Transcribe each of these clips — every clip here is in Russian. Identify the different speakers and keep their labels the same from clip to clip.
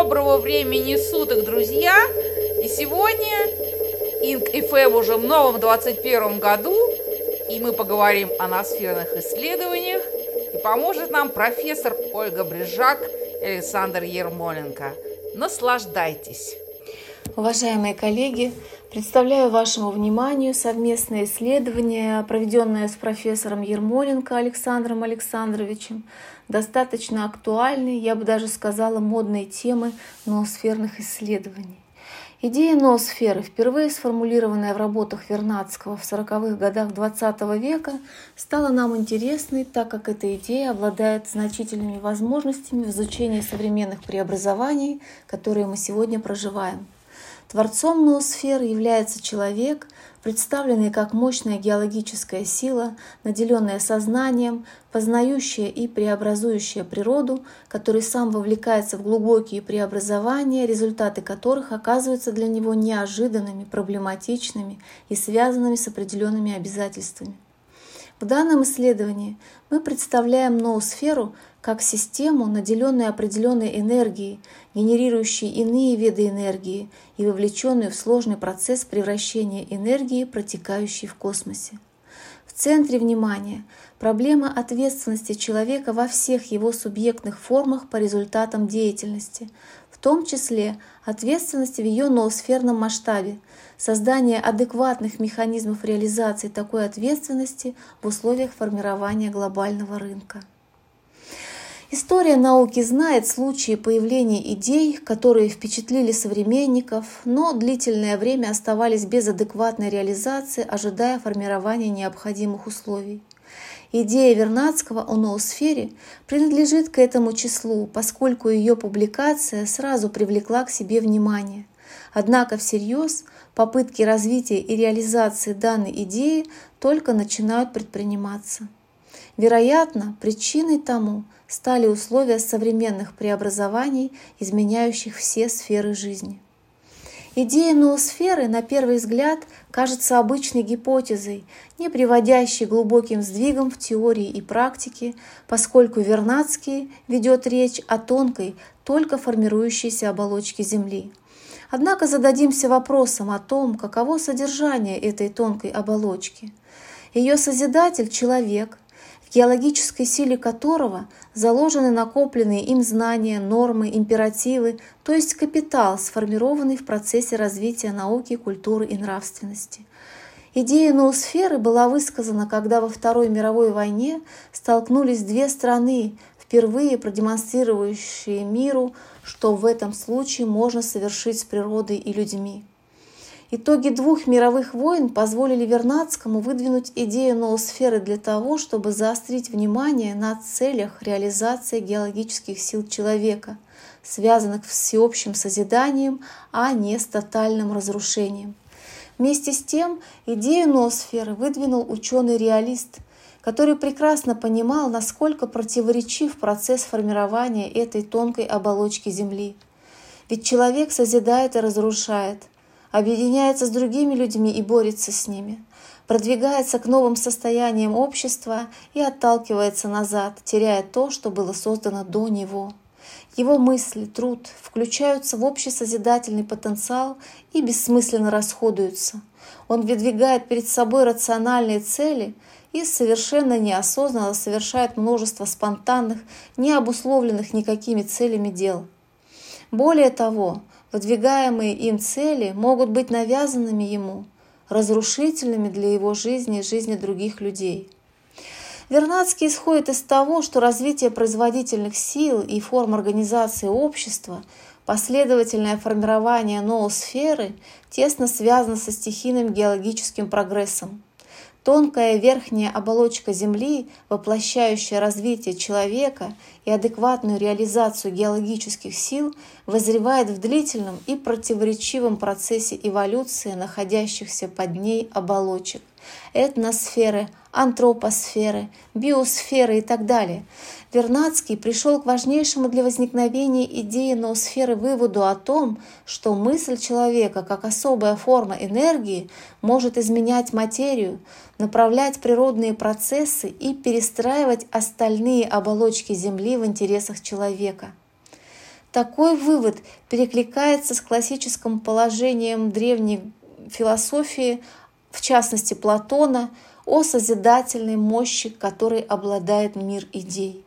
Speaker 1: Доброго времени суток, друзья! И сегодня Инк FM уже в новом 21 году, и мы поговорим о ноосферных исследованиях, и поможет нам профессор Ольга Брижак и Александр Ермоленко. Наслаждайтесь!
Speaker 2: Уважаемые коллеги, представляю вашему вниманию совместное исследование, проведенное с профессором Ермоленко Александром Александровичем, достаточно актуальной, я бы даже сказала, модной темы ноосферных исследований. Идея ноосферы, впервые сформулированная в работах Вернадского в 40-х годах XX века, стала нам интересной, так как эта идея обладает значительными возможностями в изучении современных преобразований, которые мы сегодня проживаем. Творцом ноосферы является человек, представленный как мощная геологическая сила, наделенная сознанием, познающая и преобразующая природу, который сам вовлекается в глубокие преобразования, результаты которых оказываются для него неожиданными, проблематичными и связанными с определенными обязательствами. В данном исследовании мы представляем ноосферу как систему, наделенную определенной энергией, генерирующей иные виды энергии и вовлеченную в сложный процесс превращения энергии, протекающей в космосе. В центре внимания проблема ответственности человека во всех его субъектных формах по результатам деятельности, в том числе ответственности в ее ноосферном масштабе, создание адекватных механизмов реализации такой ответственности в условиях формирования глобального рынка. История науки знает случаи появления идей, которые впечатлили современников, но длительное время оставались без адекватной реализации, ожидая формирования необходимых условий. Идея Вернадского о ноосфере принадлежит к этому числу, поскольку ее публикация сразу привлекла к себе внимание. Однако всерьез попытки развития и реализации данной идеи только начинают предприниматься. Вероятно, причиной тому стали условия современных преобразований, изменяющих все сферы жизни. Идея ноосферы, на первый взгляд, кажется обычной гипотезой, не приводящей к глубоким сдвигам в теории и практике, поскольку Вернадский ведет речь о тонкой, только формирующейся оболочке Земли. Однако зададимся вопросом о том, каково содержание этой тонкой оболочки. Ее созидатель – человек, в геологической силе которого заложены накопленные им знания, нормы, императивы, то есть капитал, сформированный в процессе развития науки, культуры и нравственности. Идея ноосферы была высказана, когда во Второй мировой войне столкнулись две страны, впервые продемонстрирующие миру, что в этом случае можно совершить с природой и людьми. Итоги двух мировых войн позволили Вернадскому выдвинуть идею ноосферы для того, чтобы заострить внимание на целях реализации геологических сил человека, связанных с всеобщим созиданием, а не с тотальным разрушением. Вместе с тем, идею ноосферы выдвинул ученый-реалист, который прекрасно понимал, насколько противоречив процесс формирования этой тонкой оболочки Земли. Ведь человек созидает и разрушает, объединяется с другими людьми и борется с ними, продвигается к новым состояниям общества и отталкивается назад, теряя то, что было создано до него. Его мысли, труд включаются в общий созидательный потенциал и бессмысленно расходуются. Он выдвигает перед собой рациональные цели и совершенно неосознанно совершает множество спонтанных, не обусловленных никакими целями дел. Более того, выдвигаемые им цели могут быть навязанными ему, разрушительными для его жизни и жизни других людей. Вернадский исходит из того, что развитие производительных сил и форм организации общества, последовательное формирование ноосферы тесно связано со стихийным геологическим прогрессом. Тонкая верхняя оболочка Земли, воплощающая развитие человека и адекватную реализацию геологических сил, вызревает в длительном и противоречивом процессе эволюции находящихся под ней оболочек – этносферы, антропосферы, биосферы и так далее. Вернадский пришел к важнейшему для возникновения идеи ноосферы выводу о том, что мысль человека как особая форма энергии может изменять материю, направлять природные процессы и перестраивать остальные оболочки Земли в интересах человека. Такой вывод перекликается с классическим положением древней философии, в частности Платона, о созидательной мощи, которой обладает мир идей.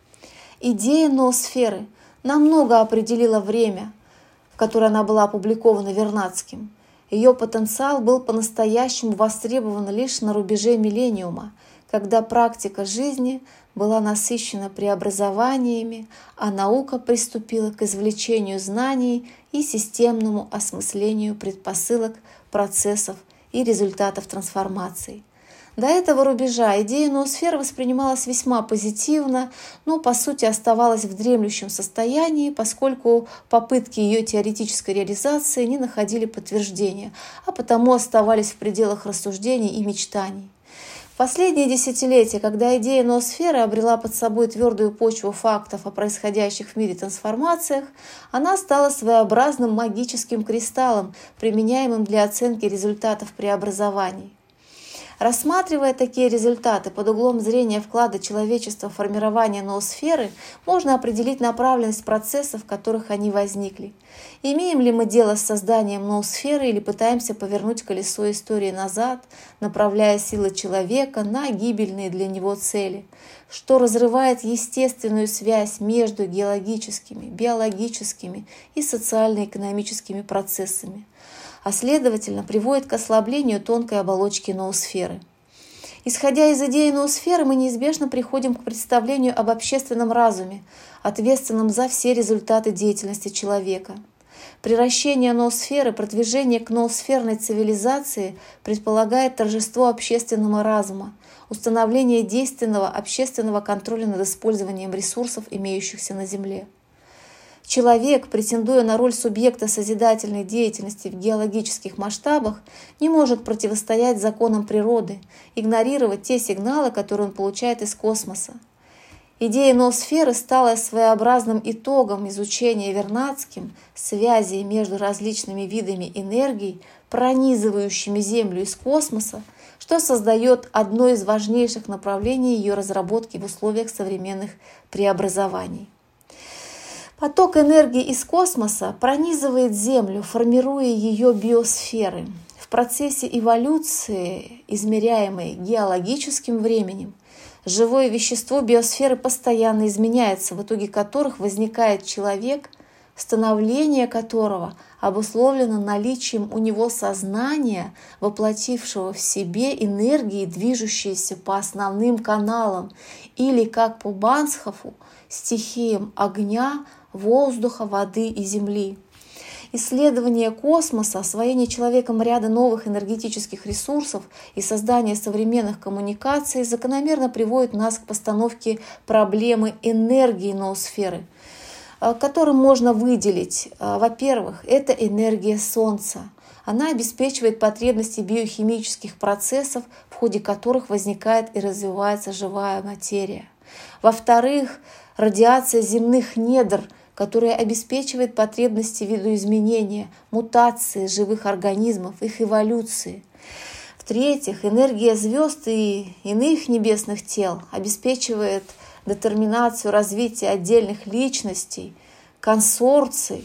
Speaker 2: Идея ноосферы намного определила время, в которое она была опубликована Вернадским. Ее потенциал был по-настоящему востребован лишь на рубеже миллениума, когда практика жизни была насыщена преобразованиями, а наука приступила к извлечению знаний и системному осмыслению предпосылок, процессов и результатов трансформаций. До этого рубежа идея ноосферы воспринималась весьма позитивно, но по сути оставалась в дремлющем состоянии, поскольку попытки ее теоретической реализации не находили подтверждения, а потому оставались в пределах рассуждений и мечтаний. В последние десятилетия, когда идея ноосферы обрела под собой твердую почву фактов о происходящих в мире трансформациях, она стала своеобразным магическим кристаллом, применяемым для оценки результатов преобразований. Рассматривая такие результаты под углом зрения вклада человечества в формирование ноосферы, можно определить направленность процессов, в которых они возникли. Имеем ли мы дело с созданием ноосферы или пытаемся повернуть колесо истории назад, направляя силы человека на гибельные для него цели, что разрывает естественную связь между геологическими, биологическими и социально-экономическими процессами, а следовательно приводит к ослаблению тонкой оболочки ноосферы. Исходя из идеи ноосферы, мы неизбежно приходим к представлению об общественном разуме, ответственном за все результаты деятельности человека. Приращение ноосферы, продвижение к ноосферной цивилизации предполагает торжество общественного разума, установление действенного общественного контроля над использованием ресурсов, имеющихся на Земле. Человек, претендуя на роль субъекта созидательной деятельности в геологических масштабах, не может противостоять законам природы, игнорировать те сигналы, которые он получает из космоса. Идея ноосферы стала своеобразным итогом изучения Вернадским связей между различными видами энергий, пронизывающими Землю из космоса, что создает одно из важнейших направлений ее разработки в условиях современных преобразований. Поток энергии из космоса пронизывает Землю, формируя ее биосферы. В процессе эволюции, измеряемой геологическим временем, живое вещество биосферы постоянно изменяется, в итоге которых возникает человек, становление которого обусловлено наличием у него сознания, воплотившего в себе энергии, движущиеся по основным каналам, или, как по Бансхофу, стихиям огня, воздуха, воды и земли. Исследование космоса, освоение человеком ряда новых энергетических ресурсов и создание современных коммуникаций закономерно приводит нас к постановке проблемы энергии ноосферы, которым можно выделить, во-первых, это энергия Солнца. Она обеспечивает потребности биохимических процессов, в ходе которых возникает и развивается живая материя. Во-вторых, радиация земных недр, которая обеспечивает потребности видоизменения, мутации живых организмов, их эволюции. В-третьих, энергия звезд и иных небесных тел обеспечивает детерминацию развития отдельных личностей, консорций.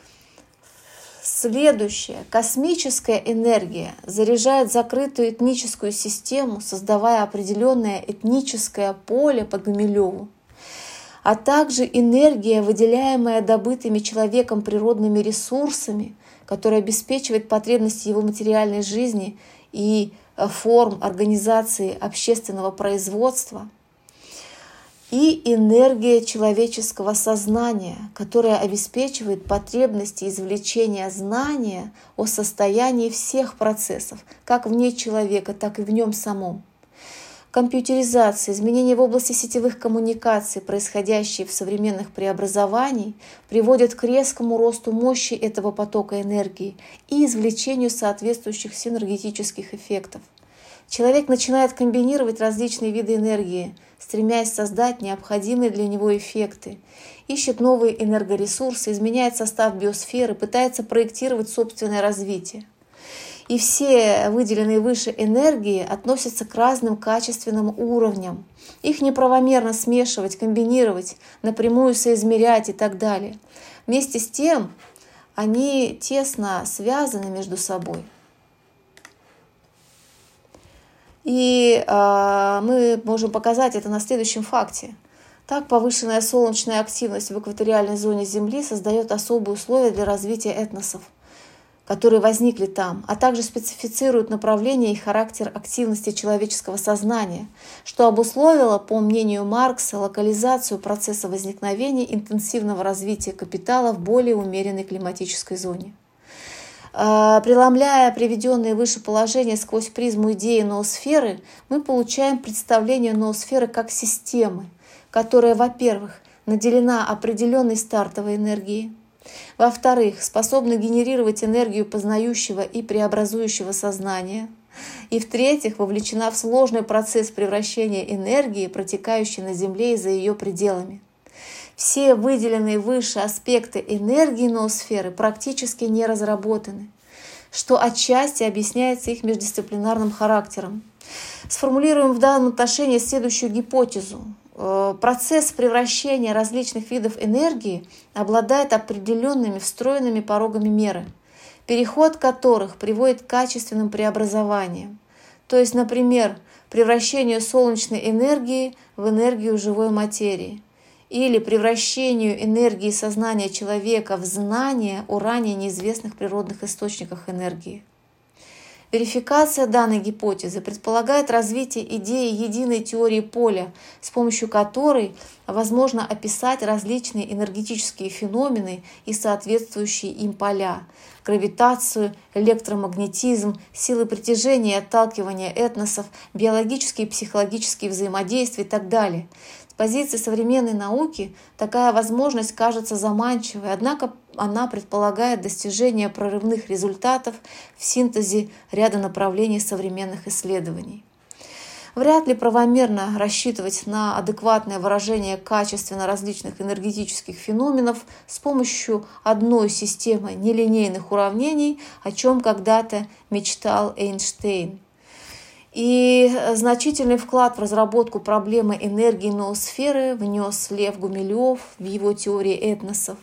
Speaker 2: Следующее. Космическая энергия заряжает закрытую этническую систему, создавая определенное этническое поле по Гумилеву, а также энергия, выделяемая добытыми человеком природными ресурсами, которая обеспечивает потребности его материальной жизни и форм организации общественного производства, и энергия человеческого сознания, которая обеспечивает потребности извлечения знания о состоянии всех процессов, как вне человека, так и в нем самом. Компьютеризация, изменения в области сетевых коммуникаций, происходящие в современных преобразований, приводят к резкому росту мощи этого потока энергии и извлечению соответствующих синергетических эффектов. Человек начинает комбинировать различные виды энергии, стремясь создать необходимые для него эффекты, ищет новые энергоресурсы, изменяет состав биосферы, пытается проектировать собственное развитие. И все выделенные выше энергии относятся к разным качественным уровням. Их неправомерно смешивать, комбинировать, напрямую соизмерять и так далее. Вместе с тем, они тесно связаны между собой. И мы можем показать это на следующем факте. Так, повышенная солнечная активность в экваториальной зоне Земли создает особые условия для развития этносов, которые возникли там, а также специфицирует направление и характер активности человеческого сознания, что обусловило, по мнению Маркса, локализацию процесса возникновения интенсивного развития капитала в более умеренной климатической зоне. Преломляя приведенные выше положения сквозь призму идеи ноосферы, мы получаем представление ноосферы как системы, которая, во-первых, наделена определенной стартовой энергией, во-вторых, способна генерировать энергию познающего и преобразующего сознания, и, в-третьих, вовлечена в сложный процесс превращения энергии, протекающей на Земле и за ее пределами. Все выделенные выше аспекты энергии ноосферы практически не разработаны, что отчасти объясняется их междисциплинарным характером. Сформулируем в данном отношении следующую гипотезу. Процесс превращения различных видов энергии обладает определенными встроенными порогами меры, переход которых приводит к качественным преобразованиям. То есть, например, превращению солнечной энергии в энергию живой материи или превращению энергии сознания человека в знание о ранее неизвестных природных источниках энергии. Верификация данной гипотезы предполагает развитие идеи единой теории поля, с помощью которой возможно описать различные энергетические феномены и соответствующие им поля – гравитацию, электромагнетизм, силы притяжения и отталкивания этносов, биологические и психологические взаимодействия и так далее. С позиции современной науки такая возможность кажется заманчивой, однако она предполагает достижение прорывных результатов в синтезе ряда направлений современных исследований. Вряд ли правомерно рассчитывать на адекватное выражение качественно различных энергетических феноменов с помощью одной системы нелинейных уравнений, о чем когда-то мечтал Эйнштейн. И значительный вклад в разработку проблемы энергии ноосферы внес Лев Гумилев в его теории этносов,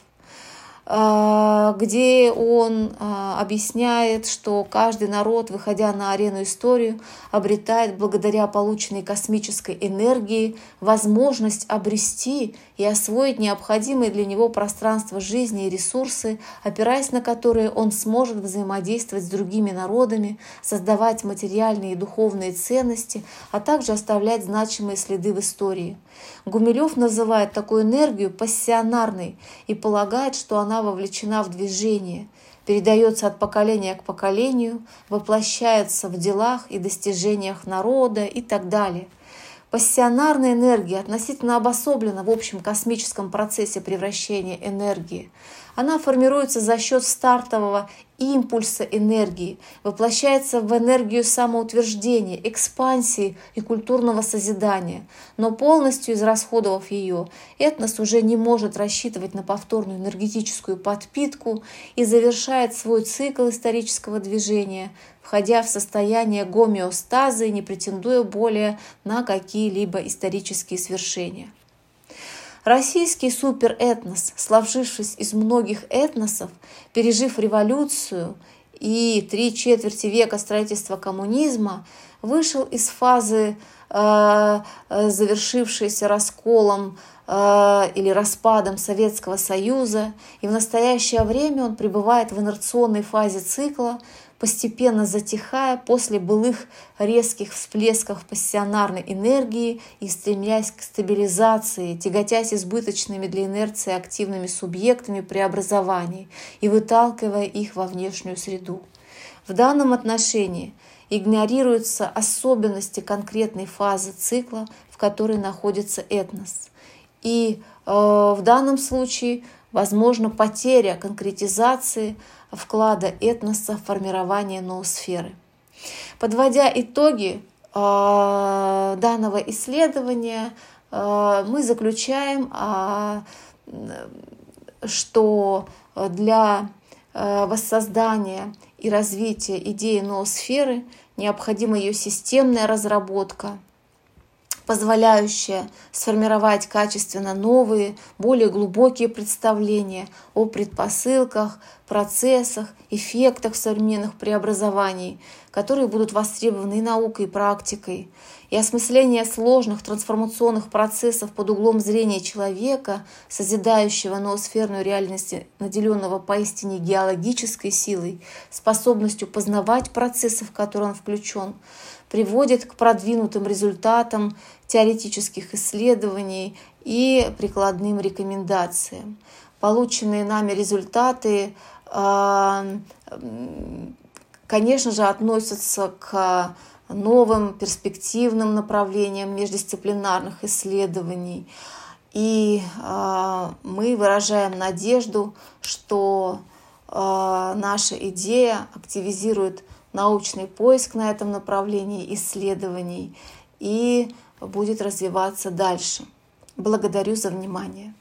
Speaker 2: где он объясняет, что каждый народ, выходя на арену истории, обретает благодаря полученной космической энергии возможность обрести и освоить необходимые для него пространство жизни и ресурсы, опираясь на которые он сможет взаимодействовать с другими народами, создавать материальные и духовные ценности, а также оставлять значимые следы в истории. Гумилев называет такую энергию пассионарной и полагает, что она вовлечена в движение, передается от поколения к поколению, воплощается в делах и достижениях народа и так далее. Пассионарная энергия относительно обособлена в общем космическом процессе превращения энергии. Она формируется за счет стартового импульса энергии, воплощается в энергию самоутверждения, экспансии и культурного созидания. Но полностью израсходовав ее, этнос уже не может рассчитывать на повторную энергетическую подпитку и завершает свой цикл исторического движения, входя в состояние гомеостаза и не претендуя более на какие-либо исторические свершения. Российский суперэтнос, сложившись из многих этносов, пережив революцию и 3/4 века строительства коммунизма, вышел из фазы, завершившейся расколом или распадом Советского Союза, и в настоящее время он пребывает в инерционной фазе цикла, постепенно затихая после былых резких всплесков пассионарной энергии и стремясь к стабилизации, тяготясь избыточными для инерции активными субъектами преобразований и выталкивая их во внешнюю среду. В данном отношении игнорируются особенности конкретной фазы цикла, в которой находится этнос. И в данном случае возможна потеря конкретизации вклада этноса в формирование ноосферы. Подводя итоги данного исследования, мы заключаем, что для воссоздания и развития идеи ноосферы необходима ее системная разработка, позволяющая сформировать качественно новые, более глубокие представления о предпосылках, процессах, эффектах современных преобразований, которые будут востребованы и наукой, и практикой, и осмысление сложных трансформационных процессов под углом зрения человека, созидающего ноосферную реальность, наделенного поистине геологической силой, способностью познавать процессы, в которые он включен, приводит к продвинутым результатам теоретических исследований и прикладным рекомендациям. Полученные нами результаты, конечно же, относятся к новым перспективным направлениям междисциплинарных исследований. И мы выражаем надежду, что наша идея активизирует научный поиск на этом направлении исследований и будет развиваться дальше. Благодарю за внимание.